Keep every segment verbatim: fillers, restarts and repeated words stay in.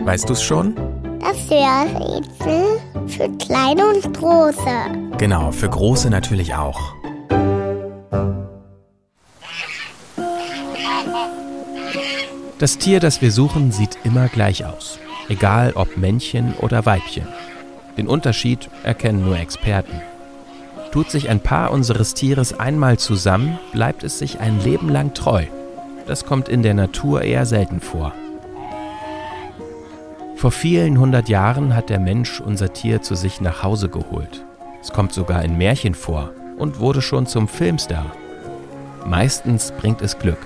Weißt du's schon? Das Hörrätsel für Kleine und Große. Genau, für Große natürlich auch. Das Tier, das wir suchen, sieht immer gleich aus. Egal ob Männchen oder Weibchen. Den Unterschied erkennen nur Experten. Tut sich ein Paar unseres Tieres einmal zusammen, bleibt es sich ein Leben lang treu. Das kommt in der Natur eher selten vor. Vor vielen hundert Jahren hat der Mensch unser Tier zu sich nach Hause geholt. Es kommt sogar in Märchen vor und wurde schon zum Filmstar. Meistens bringt es Glück.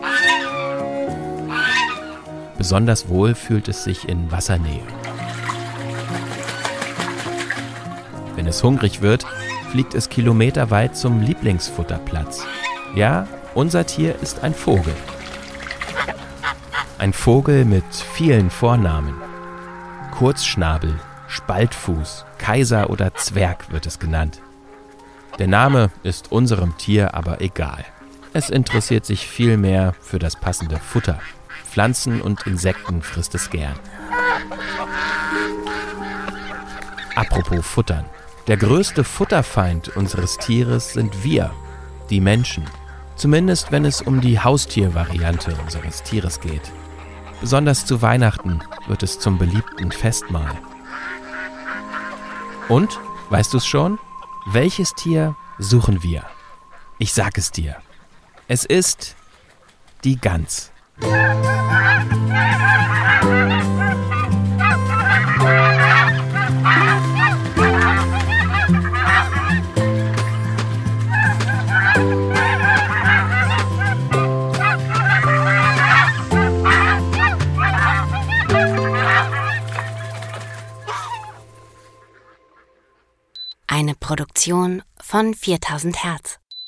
Besonders wohl fühlt es sich in Wassernähe. Wenn es hungrig wird, fliegt es kilometerweit zum Lieblingsfutterplatz. Ja, unser Tier ist ein Vogel. Ein Vogel mit vielen Vornamen. Kurzschnabel, Spaltfuß, Kaiser oder Zwerg wird es genannt. Der Name ist unserem Tier aber egal. Es interessiert sich vielmehr für das passende Futter. Pflanzen und Insekten frisst es gern. Apropos Futtern. Der größte Futterfeind unseres Tieres sind wir, die Menschen. Zumindest wenn es um die Haustiervariante unseres Tieres geht. Besonders zu Weihnachten wird es zum beliebten Festmahl. Und, weißt du es schon? Welches Tier suchen wir? Ich sag es dir. Es ist die Gans. Eine Produktion von viertausend Hertz.